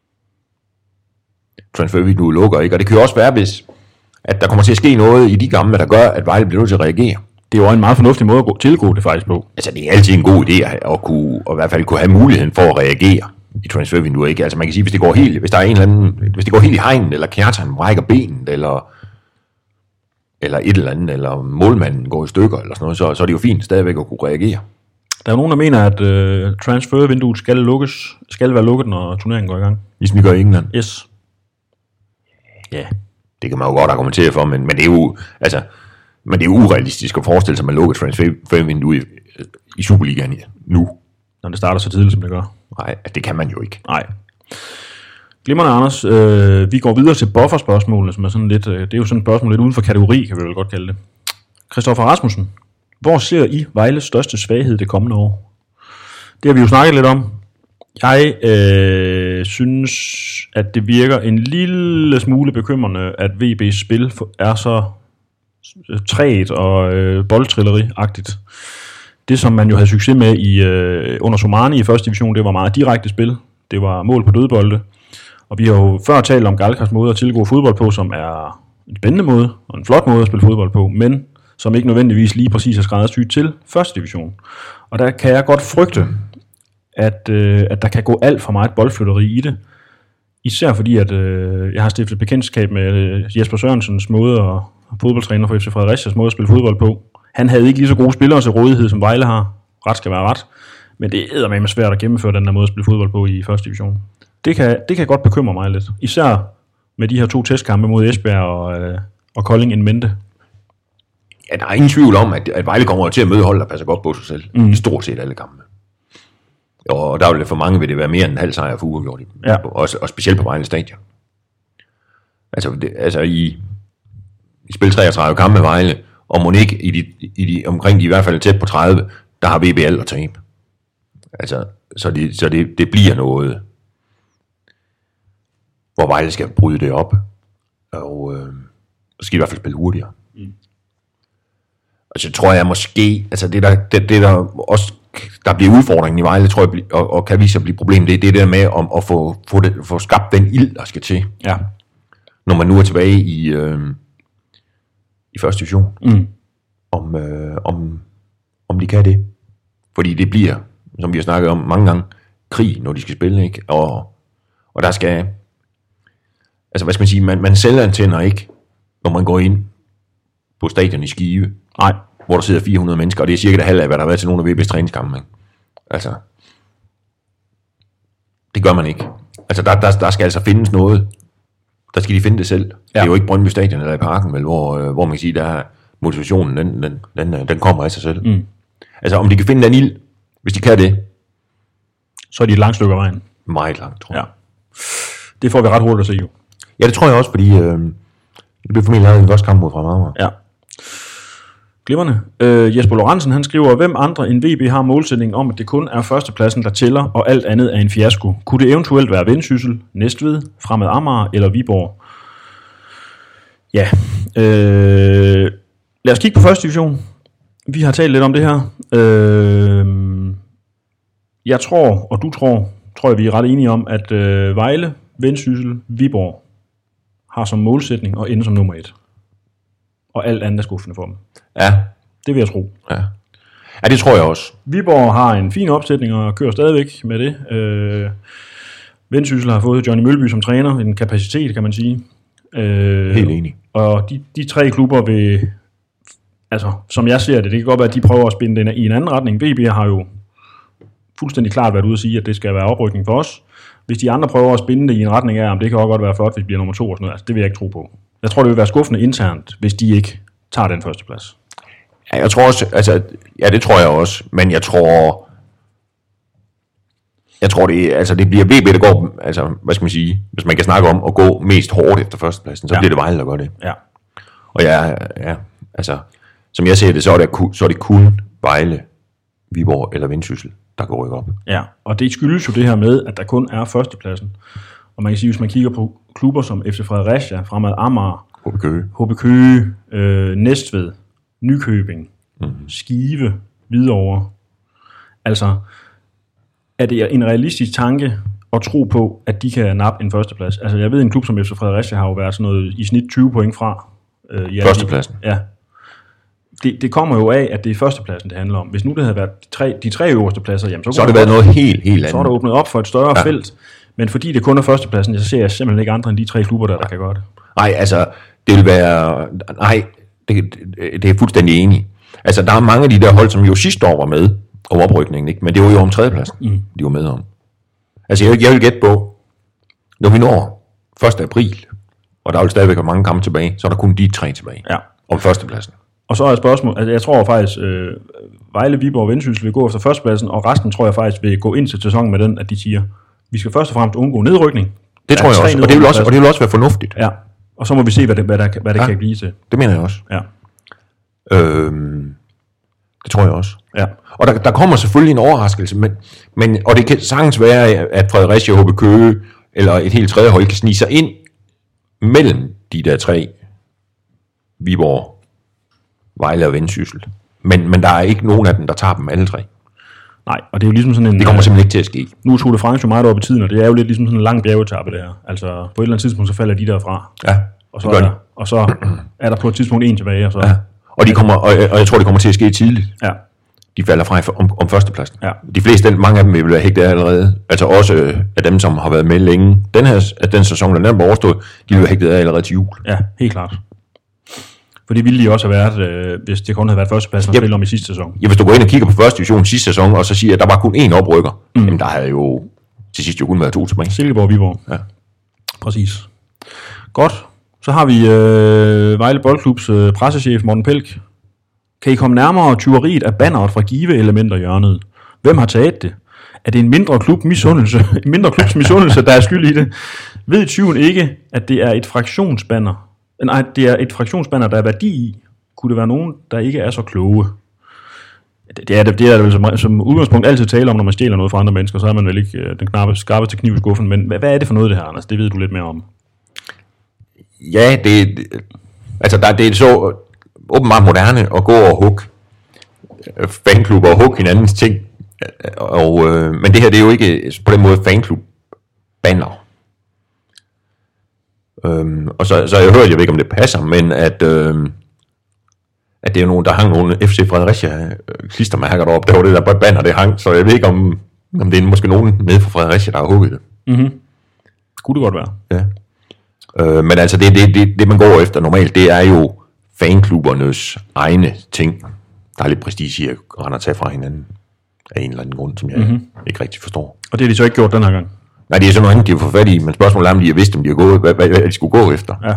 transfervinduet lukker, ikke? Og det kan jo også være, hvis at der kommer til at ske noget i de kampe, der gør, at Vejle bliver nødt til at reagere. Det er jo en meget fornuftig måde at tilgå det faktisk på. Altså, det er altid en god idé at kunne, og i hvert fald kunne have muligheden for at reagere i transfervinduet, ikke? Altså, man kan sige, hvis det går helt i hegnen, eller Kjartan brækker benet, eller et eller andet, eller målmanden går i stykker, eller sådan noget, så er det jo fint stadigvæk at kunne reagere. Der er nogen, der mener, at transfervinduet skal være lukket, når turneringen går i gang. Ligesom vi gør i England. Yes. Ja, det kan man jo godt argumentere for, men det er jo, altså, men det er urealistisk at forestille sig, at man lukker transfervinduet i Superligaen nu. Når det starter så tidligt, som det gør. Nej, det kan man jo ikke. Nej. Glimrende, Anders. Vi går videre til bufferspørgsmålene, som er sådan lidt, det er jo sådan et spørgsmål lidt uden for kategori, kan vi vel godt kalde det. Christoffer Rasmussen, hvor ser I Vejles største svaghed det kommende år? Det har vi jo snakket lidt om. Jeg synes, at det virker en lille smule bekymrende, at VB's spil er så trægt og boldtrilleri-agtigt. Det, som man jo havde succes med under Somani i første division, det var meget direkte spil. Det var mål på dødbolde. Og vi har jo før talt om Galkas måde at tilgå fodbold på, som er en spændende måde og en flot måde at spille fodbold på, men som ikke nødvendigvis lige præcis er skræddersyet til første division. Og der kan jeg godt frygte, at der kan gå alt for meget boldflytteri i det. Især fordi, at jeg har stiftet bekendtskab med Jesper Sørensens måde, og fodboldtræner for FC Fredericias måde at spille fodbold på. Han havde ikke lige så gode spillere til rådighed, som Vejle har. Ret skal være ret. Men det er eddermame svært at gennemføre den der måde at spille fodbold på i første division. Det kan godt bekymre mig lidt. Især med de her 2 testkampe mod Esbjerg og Kolding in mente. Ja, der er ingen tvivl om, at Vejle kommer til at møde hold, der passer godt på sig selv. I stort set alle kampe. Og der vil det for mange vil det være mere end en halv sejr for uafgjort. Ja. Og specielt på Vejle Stadion. Altså i spil 33 kampe med Vejle, og må ikke omkring de i hvert fald tæt på 30, der har VB alt at tabe. Altså, så det bliver noget, hvor Vejle skal bryde det op, og så skal de i hvert fald spille hurtigere. Og så tror jeg måske, altså det der også der bliver udfordringen i Vejle, tror jeg, og kan vise at blive problem, det er det der med at få skabt den ild, der skal til. Ja. Når man nu er tilbage i første division. Om de kan det. Fordi det bliver, som vi har snakket om mange gange, krig, når de skal spille, ikke? Og der skal, altså hvad skal man sige, man selvantænder ikke, når man går ind på stadion i Skive. Nej. Hvor der sidder 400 mennesker, og det er cirka det halve af, hvad der har været til nogle af VB's træningskampe. Ikke? Altså, det gør man ikke. Altså, der skal altså findes noget. Der skal de finde det selv. Ja. Det er jo ikke Brøndby Stadion eller i Parken, vel, hvor man kan sige, der motivationen, den kommer af sig selv. Altså, om de kan finde den ild, hvis de kan det, så er de et langt stykke af vejen. Meget langt, tror jeg. Ja. Det får vi ret hurtigt at se, jo. Ja, det tror jeg også, fordi det bliver formentlig lavet en første kamp mod Fremad. Ja. Glimrende. Jesper Lorentzen, han skriver, hvem andre end VB har målsætningen om, at det kun er førstepladsen, der tæller, og alt andet er en fiasko? Kunne det eventuelt være Vendsyssel, Næstved, Fremad Amager eller Viborg? Ja, lad os kigge på første division. Vi har talt lidt om det her. Jeg tror, og du tror jeg, vi er ret enige om, at Vejle, Vendsyssel, Viborg har som målsætning at ende som nummer 1. Og alt andet er skuffende for dem. Ja. Det vil jeg tro. Ja, det tror jeg også. Viborg har en fin opsætning og kører stadigvæk med det. Vendsyssel har fået Johnny Mølby som træner. En kapacitet, kan man sige. Helt enig. Og de tre klubber vil, altså som jeg ser det kan godt være, at de prøver at spænde den i en anden retning. VB har jo fuldstændig klart været ude at sige, at det skal være oprykning for os. Hvis de andre prøver at spænde det i en retning af, om det kan også godt være flot, hvis vi bliver nummer 2 og sådan noget, altså, det vil jeg ikke tro på. Jeg tror, det vil være skuffende internt, hvis de ikke tager den første plads. Ja, jeg tror også, altså, ja, det tror jeg også, men jeg tror det bliver VB, der går, altså, hvad skal man sige, hvis man kan snakke om at gå mest hårdt efter førstepladsen, så bliver det Vejle, der gør det. Ja. Og ja, altså, som jeg ser det, så er det kun Vejle, Viborg eller Vendsyssel, der går rykke op. Ja, og det skyldes jo det her med, at der kun er førstepladsen. Og man kan sige, hvis man kigger på klubber som FC Fredericia, Fremad Amager, HB Køge, Næstved, Nykøbing, Skive, Hvidovre. Altså, er det en realistisk tanke at tro på, at de kan nappe en førsteplads? Altså, jeg ved, en klub som FC Fredericia har jo været sådan noget i snit 20 point fra. Førstepladsen? Ja. Det kommer jo af, at det er førstepladsen, det handler om. Hvis nu det havde været de tre øverste pladser, jamen, så har det været noget helt andet. Så har det åbnet op for et større felt. Men fordi det kun er førstepladsen, så ser jeg simpelthen ikke andre end de tre klubber, der kan gøre det. Nej, altså, det vil være... Nej, det er fuldstændig enig. Altså, der er mange af de der hold, som jo sidste år var med om oprykningen, ikke? Men det var jo om tredjepladsen, de var med om. Altså, jeg vil gætte på, når vi når 1. april, og der er jo stadigvæk mange kampe tilbage, så er der kun de 3 tilbage om førstepladsen. Og så er spørgsmålet, altså jeg tror faktisk, Vejle, Viborg og Vendsyssel vil gå efter førstepladsen, og resten tror jeg faktisk vil gå ind til sæsonen med den, at de siger, vi skal først og fremmest undgå nedrykning. Det tror jeg også, og det vil også være fornuftigt. Ja, og så må vi se, hvad det kan blive til. Det mener jeg også. Ja. Det tror jeg også. Ja. Og der kommer selvfølgelig en overraskelse, men og det kan sagtens være, at Fredericia, HB Køge eller et helt tredje hold kan snige sig ind mellem de der 3, Viborg, Vejle og Vendsyssel. Men der er ikke nogen af dem, der tager dem alle 3. Nej, og det er jo ligesom sådan en... Det kommer simpelthen ikke til at ske. Nu er Tour de France jo meget oppe i tiden, og det er jo lidt ligesom sådan en lang bjergetappe det her. Altså på et eller andet tidspunkt, så falder de derfra. Ja, og så er der på et tidspunkt en tilbage, og så... Ja. Og jeg tror, det kommer til at ske tidligt. Ja. De falder fra om førstepladsen. Ja. De fleste, mange af dem vil være hægtet allerede. Altså også af dem, som har været med længe. Den sæson, der er overstået, de vil være hægtet allerede til jul. Ja, helt klart. For det ville de også have været, hvis det kun havde været førstepladsen at spille om i sidste sæson. Ja, hvis du går ind og kigger på første division sidste sæson, og så siger, at der var kun én oprykker, jamen der havde jo til sidst jo kun været 2 tilbage. Silkeborg og Viborg. Ja. Præcis. Godt. Så har vi Vejle Boldklubs pressechef Morten Pelk. Kan I komme nærmere tyveriet af banneret fra Give-elementer i hjørnet? Hvem har taget det? Er det en mindre klubs misundelse, der er skyld i det? Ved tyven ikke, at det er et fraktionsbanner? Nej, det er et fraktionsbanner, der er værdi i. Kunne det være nogen, der ikke er så kloge? Det er der vel som udgangspunkt altid tale om, når man stjæler noget fra andre mennesker, så er man vel ikke den skarpeste kniv i skuffen. Men hvad er det for noget, det her, Anders? Det ved du lidt mere om. Ja, det er så åbenbart moderne at gå og hugge fanklubber og hugge hinandens ting. Men det her, det er jo ikke på den måde fanklub-banner. Og så jeg hørte, jeg ved ikke, om det passer, men at det er nogen, der hang nogle FC Fredericia klistermærker deroppe. Der var det der banner, det hang, så jeg ved ikke, om det er måske nogen nede fra Fredericia, der har hugget det. Mhm. Kunne det godt være. Ja. Men altså, det man går efter normalt, det er jo fanklubbernes egne ting. Der er lidt prestige i at rende og tage fra hinanden af en eller anden grund, som jeg ikke rigtig forstår. Og det har de så ikke gjort den her gang? Nej, det er sådan noget andet, de har fået fat i, men spørgsmålet er, om de har vidst, om de har gået, hvad de skulle gå efter. Ja.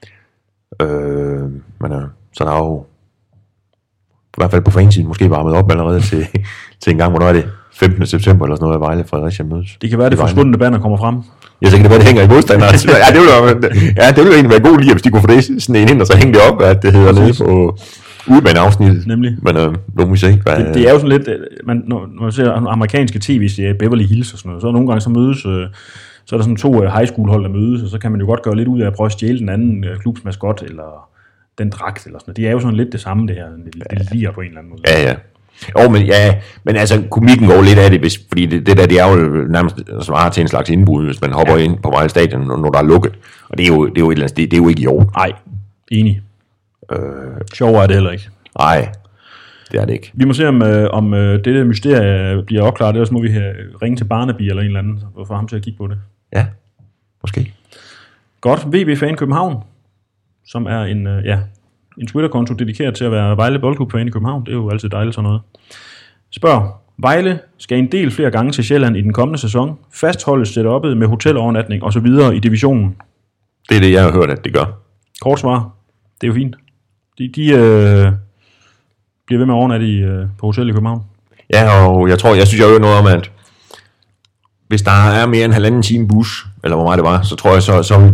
Så der er jo i hvert fald på fansiden måske varmet op allerede til en gang, hvornår er det 15. september eller sådan noget, at Vejle Fredericia mødes. Det kan være, det forsvundne banner kommer frem. Ja, så kan det være, det hænger i modstanderen. Det ville jo egentlig være god lige, hvis de kunne få det sådan en ind, og så hænge det op, at det hedder nede Udbaneafsnittet. Nemlig. Men nu må vi se. Det er jo sådan lidt, når man ser amerikanske tv-serier, Beverly Hills og sådan noget, så nogle gange så mødes, så er der sådan 2 high school hold, der mødes, og så kan man jo godt gøre lidt ud af at prøve at stjæle den anden klubs maskot, eller den dragt, eller sådan noget. Det er jo sådan lidt det samme, det her. Det liger på en eller anden måde. Ja. Men altså, komikken går lidt af det, fordi det der, det er jo nærmest svarer til en slags indbrud, hvis man hopper ind på Vejle Stadion, når der er lukket. Og det er jo et eller andet sted, det er jo ikke i orden. Nej, enig. Sjovere er det heller ikke. Nej, det er det ikke. Vi må se, om dette mysterie bliver opklaret, ellers må vi ringe til Barnaby eller en eller anden, og få ham til at kigge på det. Ja, måske. Godt. VB Fan København, som er en Twitter-konto dedikeret til at være Vejle Boldklub-fan i København. Det er jo altid dejligt sådan noget. Spørg, Vejle skal en del flere gange til Sjælland i den kommende sæson. Fastholdes setup'et med hotelovernatning og så videre i divisionen. Det er det, jeg har hørt, at det gør. Kort svar. Det er jo fint. De bliver ved med at overnatte på hotel i København. Ja, og jeg synes, jeg hører noget om, at hvis der er mere end 1,5 time bus, eller hvor meget det var, så tror jeg,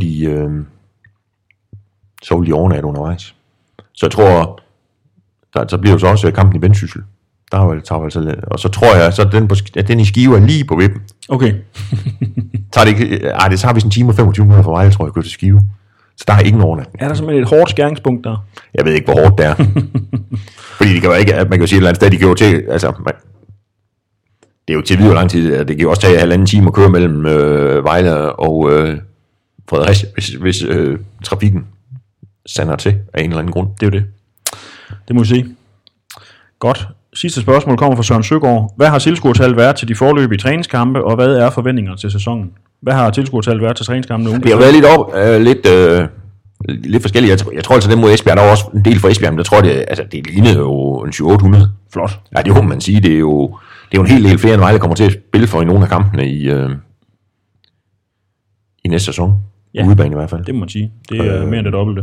så vil de overnatte undervejs. Så jeg tror, så bliver jo så også kampen i Vendsyssel. Og så tror jeg, at den i Skive er lige på vippen. Okay. Det tager vi sådan en time og 25 minutter fra Vejle, tror jeg, at gå til Skive. Så der er ingen overnatning. Er der simpelthen et hårdt skæringspunkt der? Jeg ved ikke, hvor hårdt det er. Fordi det kan jo ikke, at man kan jo sige et eller andet sted, de kan jo til, altså, det er jo til videre lang tid, det kan jo også tage 1,5 time at køre mellem Vejle og Fredericia, hvis trafikken sander til af en eller anden grund. Det er jo det. Det må vi se. Godt. Sidste spørgsmål kommer fra Søren Søgaard. Hvad har tilskuertallet været til de forløbige træningskampe, og hvad er forventningerne til sæsonen? Hvad har tilskuertallet været til træningskampe? Det har været lidt forskelligt. Jeg tror altså, den mod Esbjerg, der var også en del for Esbjerg, men jeg tror, det lignede jo en 700-800. Flot. Ja, det må man sige. Det er jo en hel del flere, end Vejle kommer til at spille for i nogle af kampene i næste sæson. Ja, udebane i hvert fald. Det må man sige. Det er mere end det dobbelte.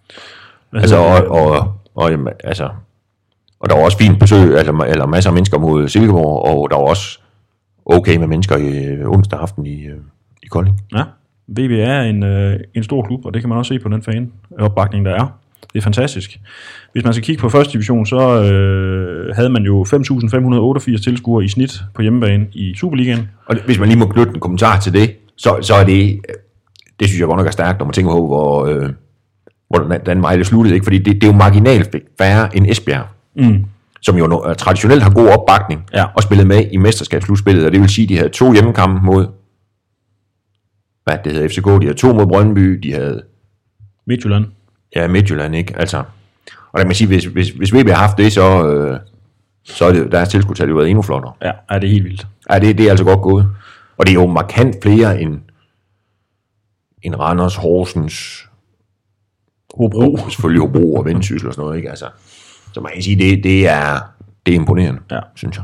Og der var også fint besøg, eller masser af mennesker mod Silkeborg, og der var også okay med mennesker i onsdag aften i Kolding. Ja, VB er en stor klub, og det kan man også se på den fan-opbakning, der er. Det er fantastisk. Hvis man skal kigge på første division, så havde man jo 5.588 tilskuere i snit på hjemmebane i Superligaen. Og hvis man lige må knytte en kommentar til det, så er det synes jeg godt nok er stærkt, når man tænker på, hvor den Vejle sluttede, ikke? Fordi det er jo marginalt færre end Esbjerg. Som jo traditionelt har god opbakning, og spillet med i mesterskabsslutspillet, og det vil sige, at de havde 2 hjemmekampe mod, hvad det hedder, FCK, de havde 2 mod Brøndby, de havde Midtjylland. Ja, Midtjylland, ikke? Altså, og der kan man sige, hvis VB har haft det, så er det, deres tilskudstal jo været endnu flottere. Ja, det er helt vildt. Ja, det er altså godt gået. Og det er jo markant flere end Randers, Horsens, Hobro. Selvfølgelig Hobro og Vendsyssel og sådan noget, ikke? Altså, så man kan sige, det er imponerende, synes jeg.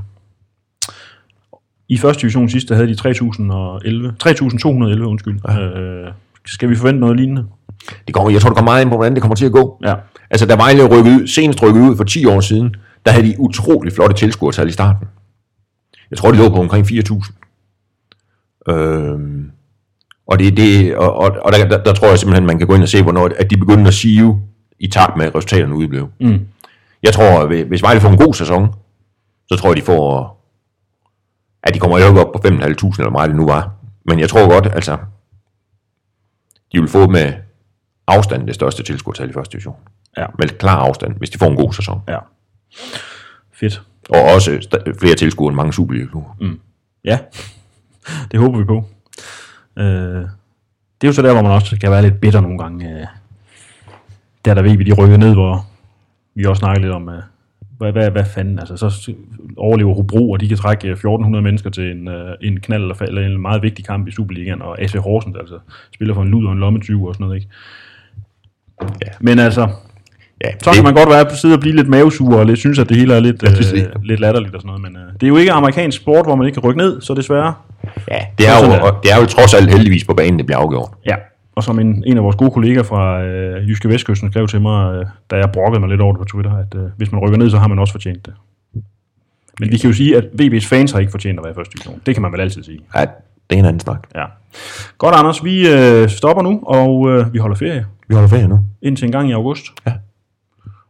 I første division sidste havde de 3.211, undskyld. Ja. Skal vi forvente noget lignende? Jeg tror, det kommer meget ind på, hvordan det kommer til at gå. Ja. Altså, da Vejle senest rykkede ud for 10 år siden, der havde de utrolig flotte tilskuertal i starten. Jeg tror, de lå på omkring 4.000. Og der tror jeg simpelthen, man kan gå ind og se, hvornår at de begynder at sive i takt med, at resultaterne udeblev. Jeg tror, hvis Vejle får en god sæson, så tror jeg, de kommer jo ikke op på 5.500 eller meget det nu var. Men jeg tror godt, altså, de vil få med afstand det største tilskuertal i første division. Ja. Med klar afstand, hvis de får en god sæson. Ja. Fedt. Og også flere tilskuere end mange Superliga-klubber. Ja, det håber vi på. Det er jo så der, hvor man også kan være lidt bitter nogle gange. Der ved vi, de rykker ned, hvor vi også snakker lidt om, hvad fanden, altså så overlever Hobro, og de kan trække 1.400 mennesker til en knald eller en meget vigtig kamp i Superligaen, og AC Horsens altså spiller for en lud og en lommetyv og sådan noget, ikke? Ja. Men altså, så kan man godt sidde og blive lidt mavesur og lidt synes, at det hele er lidt latterligt og sådan noget, men det er jo ikke amerikansk sport, hvor man ikke kan rykke ned, så desværre. Ja, det er jo trods alt heldigvis på banen, det bliver afgjort. Ja. Og som en af vores gode kolleger fra Jyske Vestkysten skrev til mig, da jeg brokkede mig lidt over det på Twitter, at hvis man rykker ned, så har man også fortjent det. Men vi kan jo sige, at VB's fans har ikke fortjent at være i første division. Det kan man vel altid sige. Ja, det er en anden snak. Ja. Godt, Anders. Vi stopper nu, og vi holder ferie. Vi holder ferie nu. Indtil en gang i august. Ja.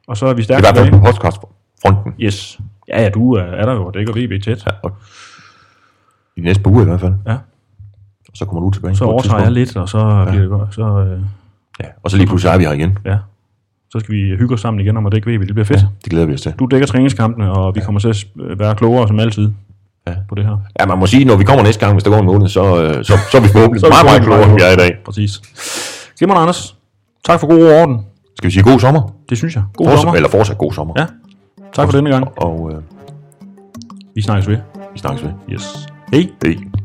Og så er vi I stærkt hvert fald tilbage. på podcastfronten. Yes. Ja, du er der jo, og dækker VB tæt. Ja, og i næste uge i hvert fald. Ja. Og så kommer du tilbage. Så på et overtager jeg tidspunkt. lidt, og så bliver det godt. Så, Ja, og så lige pludselig er vi her igen. ja. Så skal vi hygge os sammen igen om at dække VB. Det bliver fedt. Det glæder vi os til. Du dækker træningskampene, og vi kommer til at være klogere som altid på det her. Ja, man må sige, når vi kommer næste gang, hvis der går en måned, så er vi forhåbentlig meget klogere, end vi er i dag. Præcis. Simon og Anders, tak for god orden. Skal vi sige god sommer? Det synes jeg. God sommer. Eller fortsat god sommer. Ja. Tak for denne gang. Og Vi snakkes ved. vi snakkes ved. Yes. Hej. Hej.